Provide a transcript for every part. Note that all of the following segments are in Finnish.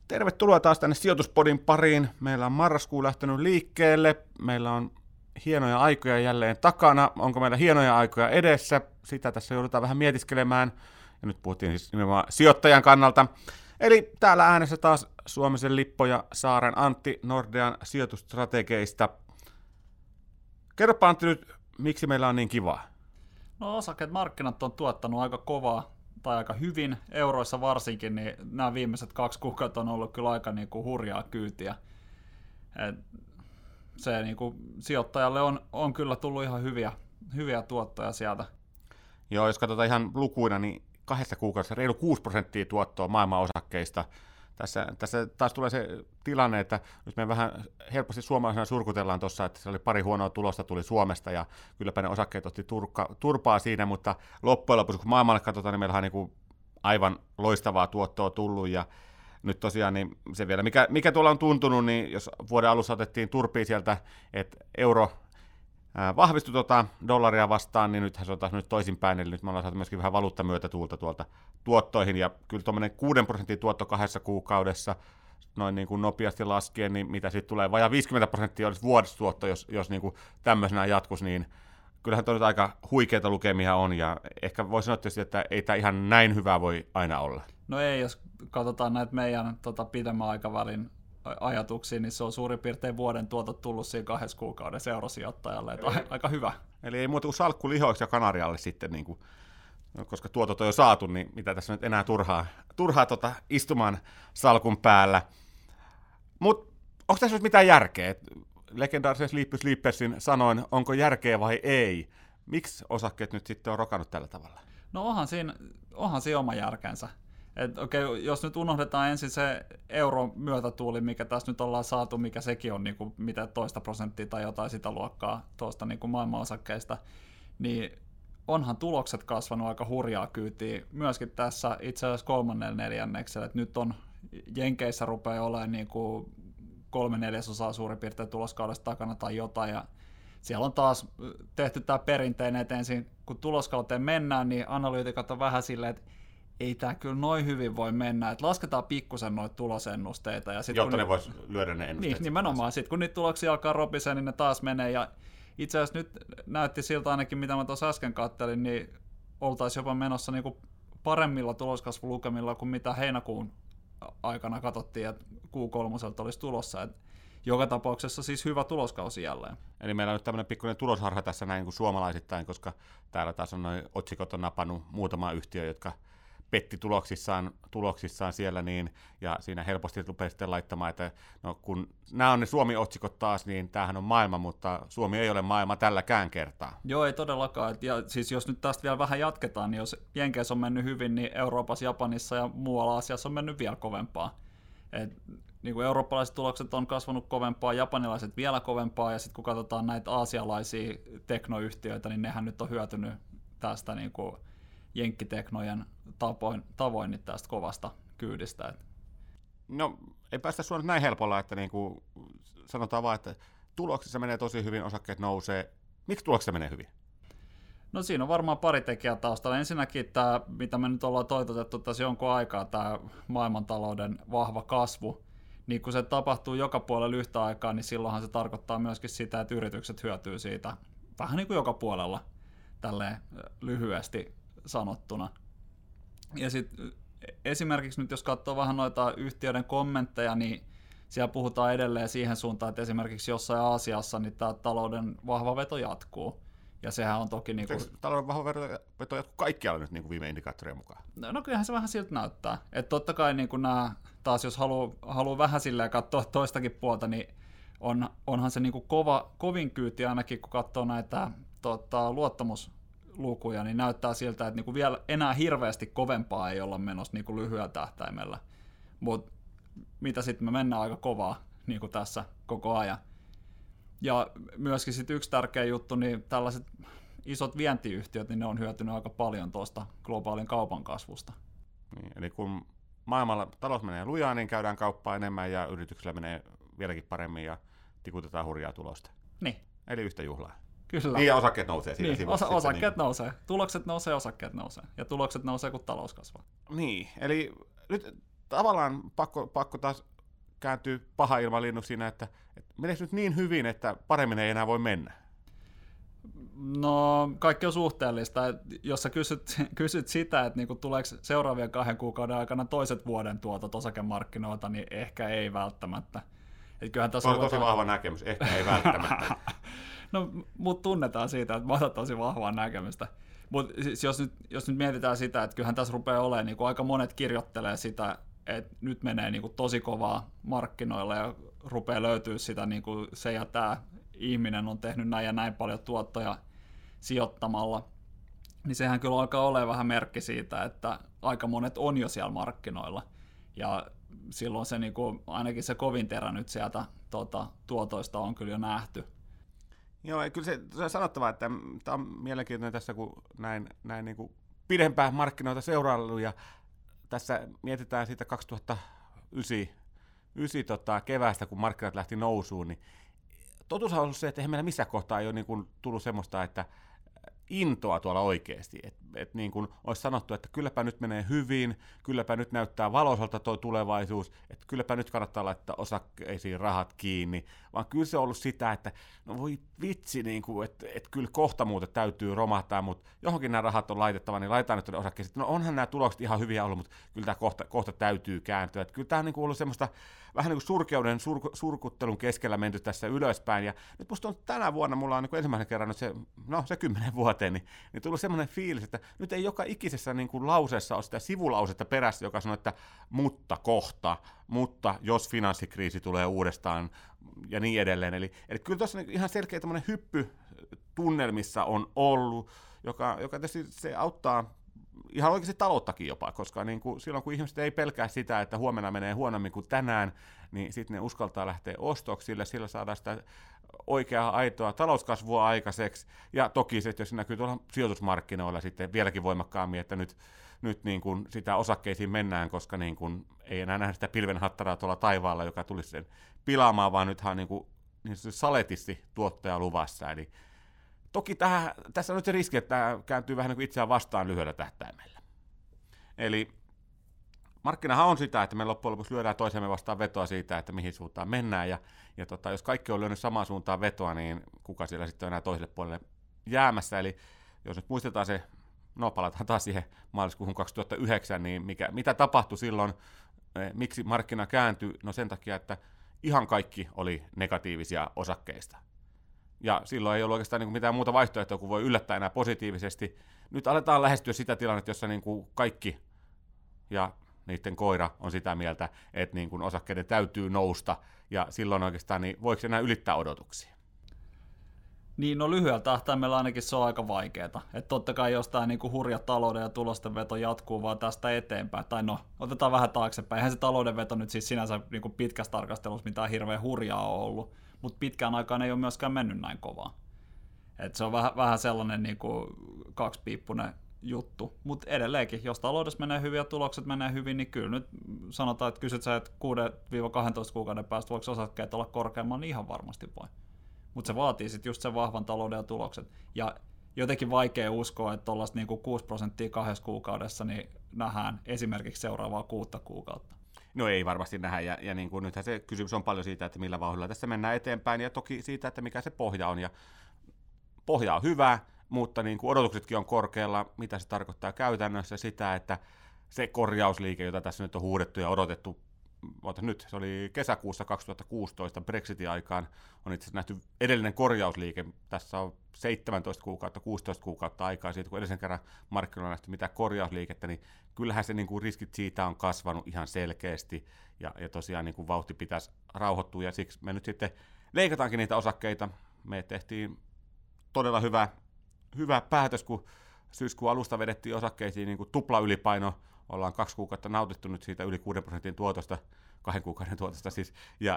Tervetuloa taas tänne Sijoituspodin pariin. Meillä on marraskuu lähtenyt liikkeelle. Meillä on hienoja aikoja jälleen takana. Onko meillä hienoja aikoja edessä? Sitä tässä joudutaan vähän mietiskelemään. Ja nyt puhuttiin siis nimenomaan sijoittajan kannalta. Eli täällä äänessä taas Suomisen Lippo ja Saaren Antti Nordean sijoitusstrategeista. Kerropa Antti nyt, miksi meillä on niin kivaa? No osakeet markkinat on tuottanut aika kovaa tai aika hyvin, euroissa varsinkin, niin nämä viimeiset 2 kuukautta on ollut kyllä aika niin kuin hurjaa kyytiä. Se niin kuin sijoittajalle on kyllä tullut ihan hyviä tuottoja sieltä. Joo, jos katsotaan ihan lukuina, niin 2 kuukaudessa reilu 6% tuottoa maailman osakkeista. Tässä taas tulee se tilanne, että nyt me vähän helposti suomalaisena surkutellaan tuossa, että se oli pari huonoa tulosta tuli Suomesta ja kylläpä ne osakkeet otti turpaa siinä, mutta loppujen lopuksi kun maailmalle katsotaan, niin meillä on niin aivan loistavaa tuottoa tullut ja nyt tosiaan niin se vielä, mikä tuolla on tuntunut, niin jos vuoden alussa otettiin turpia sieltä, että euro vahvistui dollaria vastaan, niin nythän se on taas nyt toisinpäin, eli nyt me ollaan saatu myöskin vähän valuuttamyötätuulta tuolta tuottoihin, ja kyllä tuommoinen 6% tuotto 2 kuukaudessa, noin niin kuin nopeasti laskien, niin mitä sitten tulee, vajaa 50% olisi vuodestuotto, jos niin kuin tämmöisenä jatkuisi, niin kyllähän tuo nyt aika huikeita lukemia on, ja ehkä voi sanoa tietysti, että ei tämä ihan näin hyvä voi aina olla. No ei, jos katsotaan näitä meidän pidemmän aikavälin ajatuksia, niin se on suurin piirtein vuoden tuotot tullut siinä 2 kuukaudessa eurosijoittajalle, että aika hyvä. Eli ei muuta kuin salkku lihoiksi ja Kanarialle sitten, niin kuin, koska tuotot on jo saatu, niin mitä tässä nyt enää turhaa istumaan salkun päällä. Mutta onko tässä nyt mitään järkeä? Legendaarisen Sleepersin sanoin, onko järkeä vai ei? Miksi osakkeet nyt sitten on rokannut tällä tavalla? No onhan siinä oma järkensä. Okei, jos nyt unohdetaan ensin se euron myötätuuli, mikä tässä nyt ollaan saatu, mikä sekin on niinku, mitä 2% tai jotain sitä luokkaa tuosta niinku maailmanosakkeista, niin onhan tulokset kasvanut aika hurjaa kyytiä myöskin tässä itse asiassa 3. neljänneksellä, että nyt on Jenkeissä rupeaa olemaan niinku 3/4 suurin piirtein tuloskaudesta takana tai jotain, ja siellä on taas tehty tämä perinteinen, että ensin kun tuloskauteen mennään, niin analyytikot on vähän silleen, että ei tämä kyllä noin hyvin voi mennä, että lasketaan pikkusen noita tulosennusteita. Ja jotta ne vois lyödä ne ennusteet. Niin, nimenomaan. Sitten kun niitä tuloksia alkaa ropiseen, niin ne taas menee. Ja itse asiassa nyt näytti siltä ainakin, mitä mä tuossa äsken kattelin, niin oltaisiin jopa menossa niinku paremmilla tuloskasvulukemilla kuin mitä heinäkuun aikana katsottiin, että Q3 olisi tulossa. Et joka tapauksessa siis hyvä tuloskausi jälleen. Eli meillä on nyt tämmöinen pikkuinen tulosharha tässä näin kuin suomalaisittain, koska täällä taas on noin otsikot on napannut muutama yhtiö, jotka petti tuloksissaan siellä, niin, ja siinä helposti rupeaa sitten laittamaan, että no, kun nämä on ne Suomi-otsikot taas, niin tämähän on maailma, mutta Suomi ei ole maailma tälläkään kertaa. Joo, ei todellakaan. Ja siis jos nyt tästä vielä vähän jatketaan, niin jos Jenkeissä on mennyt hyvin, niin Euroopassa, Japanissa ja muualla Aasiassa on mennyt vielä kovempaa. Niin kuin eurooppalaiset tulokset on kasvanut kovempaa, japanilaiset vielä kovempaa, ja sitten kun katsotaan näitä aasialaisia teknoyhtiöitä, niin nehän nyt on hyötynyt tästä niin kuin jenkkiteknojen tavoin niin tästä kovasta kyydistä. No, ei päästä sua nyt näin helpolla, että niin kuin sanotaan vaan, että tuloksissa menee tosi hyvin, osakkeet nousee. Miksi tuloksissa menee hyvin? No siinä on varmaan pari tekijää taustalla. Ensinnäkin tämä, mitä me nyt ollaan toitotettu tässä jonkun aikaa, tämä maailmantalouden vahva kasvu, niin kun se tapahtuu joka puolella yhtä aikaa, niin silloinhan se tarkoittaa myöskin sitä, että yritykset hyötyy siitä vähän niin kuin joka puolella, tälleen lyhyesti sanottuna. Ja sitten esimerkiksi nyt jos katsoo vähän noita yhtiöiden kommentteja, niin siellä puhutaan edelleen siihen suuntaan, että esimerkiksi jossain Aasiassa niin tämä talouden vahva veto jatkuu. Ja sehän on toki niin kuin talouden vahva veto jatkuu kaikkialla nyt niin kuin viime indikaattorien mukaan. No kyllähän se vähän siltä näyttää. Että totta kai niin kuin nämä, taas jos haluaa vähän silleen katsoa toistakin puolta, niin onhan se niin kuin kovin kyyti ainakin, kun katsoo näitä luottamuslukuja, niin näyttää siltä, että niin kuin vielä enää hirveästi kovempaa ei olla menossa niin kuin lyhyellä tähtäimellä. Mutta mitä sitten me mennään aika kovaa niin kuin tässä koko ajan. Ja myöskin sitten yksi tärkeä juttu, niin tällaiset isot vientiyhtiöt, niin ne on hyötynyt aika paljon tuosta globaalin kaupan kasvusta. Niin, eli kun maailmalla talous menee lujaa, niin käydään kauppaa enemmän ja yrityksillä menee vieläkin paremmin ja tikutetaan hurjaa tulosta. Niin. Eli yhtä juhlaa. Kyllä. Niin ja osakkeet nousee siinä. Niin, osakkeet nousee. Tulokset nousee, osakkeet nousee. Ja tulokset nousee, kun talous kasvaa. Niin, eli nyt tavallaan pakko taas kääntyy paha ilmalinnuksi siinä, että meneekö nyt niin hyvin, että paremmin ei enää voi mennä? No, kaikki on suhteellista. Jos sä kysyt sitä, että niinku tuleeko seuraavien 2 kuukauden aikana toiset vuoden tuotot osakemarkkinoilta, niin ehkä ei välttämättä. Kyllähän tässä on tosi vahva näkemys, ehkä ei välttämättä. No, mut tunnetaan siitä, että mä otan tosi vahvaa näkemystä. Mutta siis jos nyt mietitään sitä, että kyllähän tässä rupeaa olemaan, niin aika monet kirjoittelee sitä, että nyt menee niin tosi kovaa markkinoilla ja rupeaa löytyä sitä, niin se ja tämä ihminen on tehnyt näin ja näin paljon tuottoja sijoittamalla, niin sehän kyllä alkaa olemaan vähän merkki siitä, että aika monet on jo siellä markkinoilla. Ja silloin se ainakin se kovin terä nyt sieltä tuotoista on kyllä jo nähty. Joo, kyllä se on sanottava, että tämä on mielenkiintoinen tässä, kun näin niin kuin pidempään markkinoita seuraillut, ja tässä mietitään siitä 2009 keväästä, kun markkinat lähti nousuun, niin totuus on ollut se, että eihän meillä missään kohtaa ei ole niin kuin tullut semmoista, että intoa tuolla oikeasti, että niin kuin olisi sanottu, että kylläpä nyt menee hyvin, kylläpä nyt näyttää valoisalta tuo tulevaisuus, että kylläpä nyt kannattaa laittaa osakkeisiin rahat kiinni, vaan kyllä se on ollut sitä, että no voi vitsi, niin kuin, että kyllä kohta muuten täytyy romahtaa, mutta johonkin nämä rahat on laitettava, niin laitetaan nyt tuonne osakkeisiin. No onhan nämä tulokset ihan hyviä ollut, mutta kyllä tämä kohta täytyy kääntyä. Että kyllä tämä on niin kuin ollut semmoista vähän niin kuin surkeuden surkuttelun keskellä menty tässä ylöspäin, ja nyt musta on tänä vuonna, mulla on niin kuin ensimmäisen kerran nyt se 10 vuoteen, niin tullut semmoinen fiilis, että nyt ei joka ikisessä niin kuin lauseessa ole sitä sivulausetta perässä, joka sanoo, että mutta jos finanssikriisi tulee uudestaan ja niin edelleen. Eli kyllä tuossa ihan selkeä tämmöinen hyppy tunnelmissa on ollut, joka tietysti se auttaa ihan oikeasti talouttakin jopa, koska niin kuin silloin kun ihmiset ei pelkää sitä, että huomenna menee huonommin kuin tänään, niin sitten ne uskaltaa lähteä ostoksille, sillä saadaan sitä oikeaa aitoa talouskasvua aikaiseksi, ja toki se, jos se näkyy tuolla sijoitusmarkkinoilla sitten vieläkin voimakkaammin, että nyt niin kuin sitä osakkeisiin mennään, koska niin kuin ei enää nähdä sitä pilvenhattaraa tuolla taivaalla, joka tulisi sen pilaamaan, vaan nythän on niin saletisti tuottaja luvassa, eli toki tässä on nyt se riski, että tämä kääntyy vähän niin kuin itseään vastaan lyhyellä tähtäimellä. Eli markkinahan on sitä, että me loppujen lopuksi lyödään toisemme vastaan vetoa siitä, että mihin suuntaan mennään, ja jos kaikki on lyönyt samaan suuntaan vetoa, niin kuka siellä sitten on enää toiselle puolelle jäämässä, eli jos nyt muistetaan se, no palataan taas siihen maaliskuuhun 2009, niin mitä tapahtui silloin, miksi markkina kääntyi? No sen takia, että ihan kaikki oli negatiivisia osakkeista. Ja silloin ei ollut oikeastaan niin mitään muuta vaihtoehtoa, kuin voi yllättää enää positiivisesti. Nyt aletaan lähestyä sitä tilannetta, jossa niin kuin kaikki ja niiden koira on sitä mieltä, että niin kuin osakkeiden täytyy nousta, ja silloin oikeastaan niin voiko enää ylittää odotuksia? Niin, no lyhyellä tähtäimellä ainakin se on aika vaikeaa. Että totta kai jos tämä niinku hurja talouden ja tulosten veto jatkuu vaan tästä eteenpäin, tai no, otetaan vähän taaksepäin. Eihän se talouden veto nyt siis sinänsä niinku pitkässä tarkastelussa mitään hirveän hurjaa on ollut, mutta pitkään aikaan ei ole myöskään mennyt näin kovaa. Et se on vähän sellainen niinku kaksipiippunen juttu, mutta edelleenkin, jos taloudessa menee hyvin ja tulokset menee hyvin, niin kyllä nyt sanotaan, että kysyt sä, että 6-12 kuukauden päästä voiko osakkeet olla korkeammalla, niin ihan varmasti voi. Mutta se vaatii sitten just sen vahvan talouden ja tulokset. Ja jotenkin vaikea uskoa, että tuollaista niinku 6% 2 kuukaudessa niin nähdään esimerkiksi seuraavaa 6 kuukautta. No ei varmasti nähdä, ja niin kuin nythän se kysymys on paljon siitä, että millä vauhdilla tässä mennään eteenpäin, ja toki siitä, että mikä se pohja on, ja pohja on hyvä, mutta niin kuin odotuksetkin on korkealla. Mitä se tarkoittaa käytännössä? Sitä, että se korjausliike, jota tässä nyt on huudettu ja odotettu, nyt se oli kesäkuussa 2016 Brexitin aikaan, on itse asiassa nähty edellinen korjausliike. Tässä on 17 kuukautta, 16 kuukautta aikaa siitä, kun edellisen kerran markkinoilla on nähty mitään korjausliikettä, niin kyllähän se niin kuin riskit siitä on kasvanut ihan selkeästi, ja tosiaan niin kuin vauhti pitäisi rauhoittua, ja siksi me nyt sitten leikataankin niitä osakkeita. Me tehtiin todella hyvä päätös, kun syyskuun alusta vedettiin osakkeisiin niin kuin tupla ylipaino. Ollaan 2 kuukautta nautittu nyt siitä yli 6% tuotosta, 2 kuukauden tuotosta siis.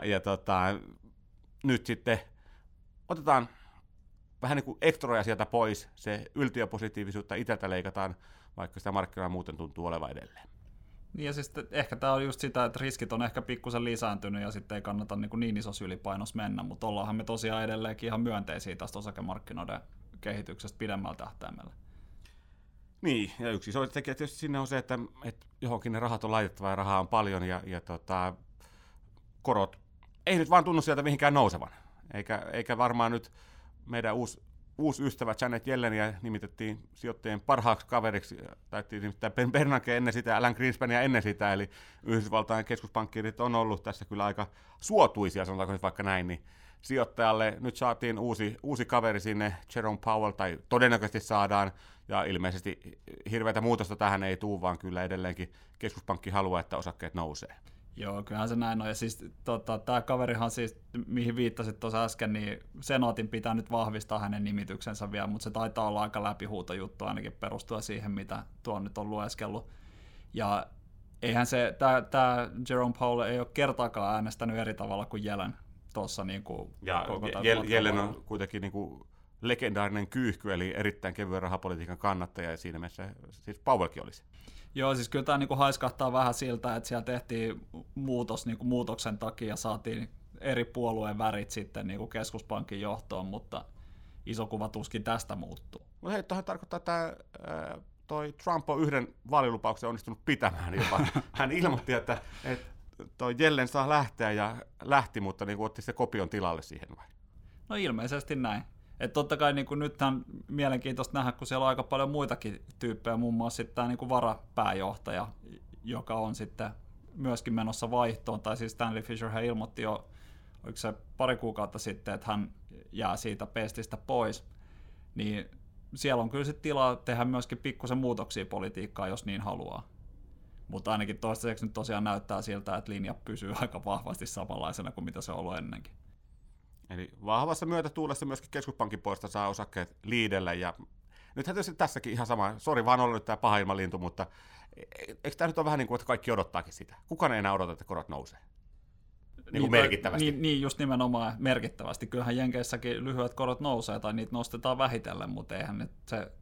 Nyt sitten otetaan vähän niin kuin ekstroja sieltä pois, se yltiöpositiivisuutta itseltä leikataan, vaikka sitä markkinaa muuten tuntuu olevan edelleen. Ja siis ehkä tämä on just sitä, että riskit on ehkä pikkusen lisääntynyt ja sitten ei kannata niin isossa ylipainos mennä, mutta ollaanhan me tosiaan edelleenkin ihan myönteisiä tästä osakemarkkinoiden kehityksestä pidemmällä tähtäimellä. Niin, ja yksi iso tekijä tietysti sinne on se, että johonkin ne rahat on laitettava ja rahaa on paljon ja korot ei nyt vaan tunnu sieltä mihinkään nousevan. Eikä varmaan nyt meidän uusi ystävä Janet Yelleniä nimitettiin sijoittajien parhaaksi kaveriksi, taittiin nimittäin Ben Bernanke ennen sitä, Alan Greenspania ennen sitä, eli Yhdysvaltain keskuspankkiirit on ollut tässä kyllä aika suotuisia, sanotaanko nyt vaikka näin, niin sijoittajalle nyt saatiin uusi kaveri sinne, Jerome Powell, tai todennäköisesti saadaan, ja ilmeisesti hirveätä muutosta tähän ei tule, vaan kyllä edelleenkin keskuspankki haluaa, että osakkeet nousee. Joo, kyllähän se näin on. Ja siis tämä kaverihan siis, mihin viittasit tuossa äsken, niin senaatin pitää nyt vahvistaa hänen nimityksensä vielä, mutta se taitaa olla aika läpihuutojuttu ainakin perustua siihen, mitä tuo nyt on lueskellut. Ja eihän se, tämä Jerome Powell ei ole kertaakaan äänestänyt eri tavalla kuin Yellen tuossa. Niin ja Yellen on kuitenkin niin kuin legendaarinen kyyhky, eli erittäin kevyen rahapolitiikan kannattaja, ja siinä mielessä siis Powellkin olisi. Joo, siis kyllä tämä niinku haiskahtaa vähän siltä, että siellä tehtiin muutos niinku muutoksen takia, saatiin eri puolueen värit sitten niinku keskuspankin johtoon, mutta iso kuva tuskin tästä muuttuu. No hei, tuohon tarkoittaa, että toi Trump on yhden vaalilupauksen onnistunut pitämään jopa. Hän ilmoitti, että toi Yellen saa lähteä ja lähti, mutta niinku otti se kopion tilalle siihen vai? No ilmeisesti näin. Että totta kai niin nythän mielenkiintoista nähdä, kun siellä on aika paljon muitakin tyyppejä, muun muassa sitten tämä niin varapääjohtaja, joka on sitten myöskin menossa vaihtoon, tai siis Stanley Fischer hän ilmoitti jo, oliko se pari kuukautta sitten, että hän jää siitä pestistä pois, niin siellä on kyllä sitten tilaa tehdä myöskin pikkusen muutoksia politiikkaa, jos niin haluaa. Mutta ainakin toistaiseksi nyt tosiaan näyttää siltä, että linja pysyy aika vahvasti samanlaisena kuin mitä se on ollut ennenkin. Eli vahvassa myötätuulessa myöskin keskuspankin puolesta saa osakkeet liidellä. Ja nythän tietysti tässäkin ihan sama, sori vaan ollut tämä paha ilmalintu, mutta eikö tämä nyt ole vähän niin kuin, että kaikki odottaakin sitä? Kukaan ei enää odota, että korot nousee? Niin kuin merkittävästi. Niin, just nimenomaan merkittävästi. Kyllähän Jenkeissäkin lyhyet korot nousee tai niitä nostetaan vähitellen, mutta eihän nyt se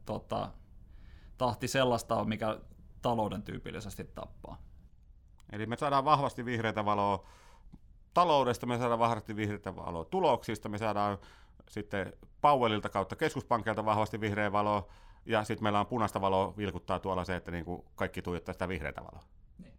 tahti sellaista ole, mikä talouden tyypillisesti tappaa. Eli me saadaan vahvasti vihreätä valoa taloudesta, me saadaan vahvasti vihreätä valoa tuloksista, me saadaan sitten Powellilta kautta keskuspankilta vahvasti vihreä valoa, ja sitten meillä on punaista valoa vilkuttaa tuolla se, että niinku kaikki tuijottaa sitä vihreätä valoa. Niin.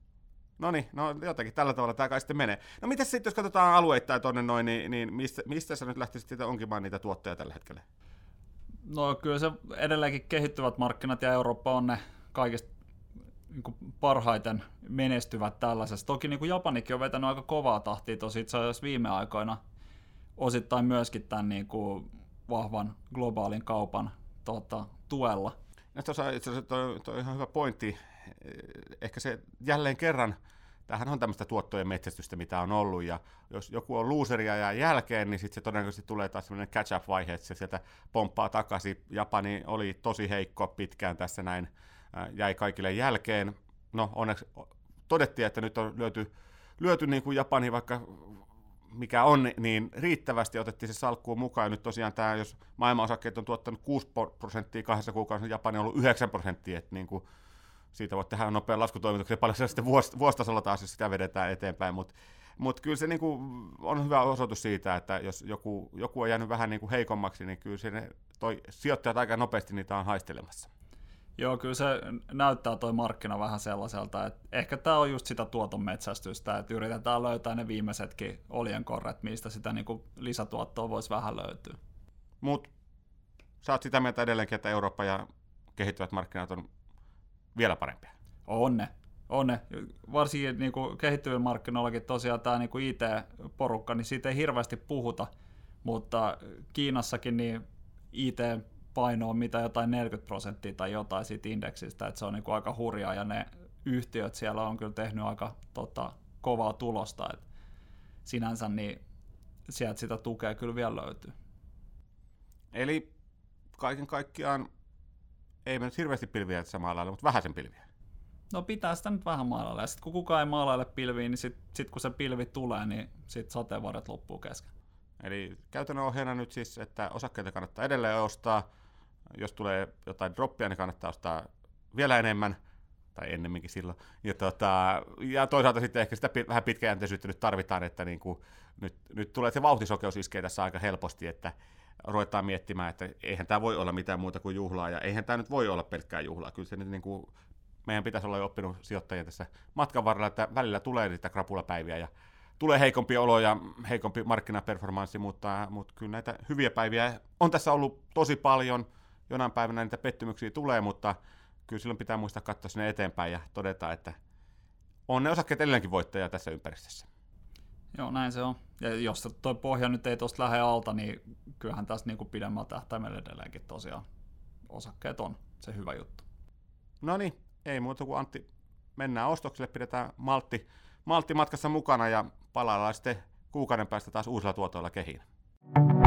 No jotenkin tällä tavalla tämä kai sitten menee. No mitäs sitten, jos katsotaan alueittain tuonne noin, niin mistä sä nyt lähtisit sitten onkimaan niitä tuotteja tällä hetkellä? No kyllä se edelleenkin kehittyvät markkinat ja Eurooppa on ne kaikista niin parhaiten menestyvät tällaisessa. Toki niin kuin Japanikin on vetänyt aika kovaa tahtia tosi itse asiassa viime aikoina osittain myöskin tämän niin kuin vahvan globaalin kaupan tuella. Tuossa itse asiassa toi on ihan hyvä pointti. Ehkä se jälleen kerran, tämähän on tämmöistä tuottojen metsästystä, mitä on ollut, ja jos joku on loseria ja jälkeen, niin sitten se todennäköisesti tulee taas semmoinen catch-up-vaihe, että se sieltä pomppaa takaisin. Japani oli tosi heikko pitkään tässä näin, jäi kaikille jälkeen. No onneksi todettiin, että nyt on lyöty niin kuin Japani vaikka mikä on, niin riittävästi otettiin se salkkuun mukaan. Ja nyt tosiaan tämä, jos maailmanosakkeet on tuottanut 6% 2 kuukaudessa, niin Japani on ollut 9%, että niin kuin siitä voit tehdä nopean laskutoimituksen, paljon se sitten vuositasolla taas, jos sitä vedetään eteenpäin, mutta kyllä se niin kuin on hyvä osoitus siitä, että jos joku on jäänyt vähän niin kuin heikommaksi, niin kyllä toi sijoittajat aika nopeasti niitä on haistelemassa. Joo, kyllä se näyttää toi markkina vähän sellaiselta, että ehkä tämä on just sitä tuoton metsästystä, että yritetään löytää ne viimeisetkin oljenkorret, mistä sitä niin kuin lisätuottoa voisi vähän löytyä. Mutta sä oot sitä mieltä edelleenkin, että Eurooppa ja kehittyvät markkinat on vielä parempia? On ne. Varsinkin niin kuin kehittyvillä markkinoillakin tosiaan tämä niin kuin IT-porukka, niin siitä ei hirveästi puhuta, mutta Kiinassakin niin IT-paino on mitä jotain 40% tai jotain siitä indeksistä, että se on niin kuin aika hurjaa, ja ne yhtiöt siellä on kyllä tehnyt aika kovaa tulosta, että sinänsä niin sieltä sitä tukea kyllä vielä löytyy. Eli kaiken kaikkiaan ei me nyt hirveästi pilviä samalla lailla, mutta vähäisen pilviä. No pitää sitä nyt vähän maalailla, ja sitten kun kukaan ei maalaile pilviin, niin sit kun se pilvi tulee, niin sitten sateenvarjot loppuu kesken. Eli käytännön ohjeena nyt siis, että osakkeita kannattaa edelleen ostaa, jos tulee jotain droppia, niin kannattaa ostaa vielä enemmän, tai ennemminkin silloin. Ja toisaalta sitten ehkä sitä vähän pitkäjänteisyyttä nyt tarvitaan, että niin kuin nyt tulee se vauhtisokeus iskee tässä aika helposti, että ruvetaan miettimään, että eihän tämä voi olla mitään muuta kuin juhlaa, ja eihän tämä nyt voi olla pelkkää juhlaa. Kyllä se nyt niin kuin meidän pitäisi olla jo oppinut sijoittajien tässä matkan varrella, että välillä tulee niitä krapulapäiviä ja tulee heikompi olo ja heikompi markkinaperformanssi, mutta kyllä näitä hyviä päiviä on tässä ollut tosi paljon. Jonain päivänä niitä pettymyksiä tulee, mutta kyllä silloin pitää muistaa katsoa sinne eteenpäin ja todeta, että on ne osakkeet edelleenkin voittajia tässä ympäristössä. Joo, näin se on. Ja jos tuo pohja nyt ei tuosta lähde alta, niin kyllähän tässä niin kuin pidemmällä tähtäimellä edelleenkin tosiaan osakkeet on se hyvä juttu. No niin, ei muuta kuin Antti, mennään ostoksille, pidetään maltti matkassa mukana ja palaillaan sitten kuukauden päästä taas uusilla tuotoilla kehiin.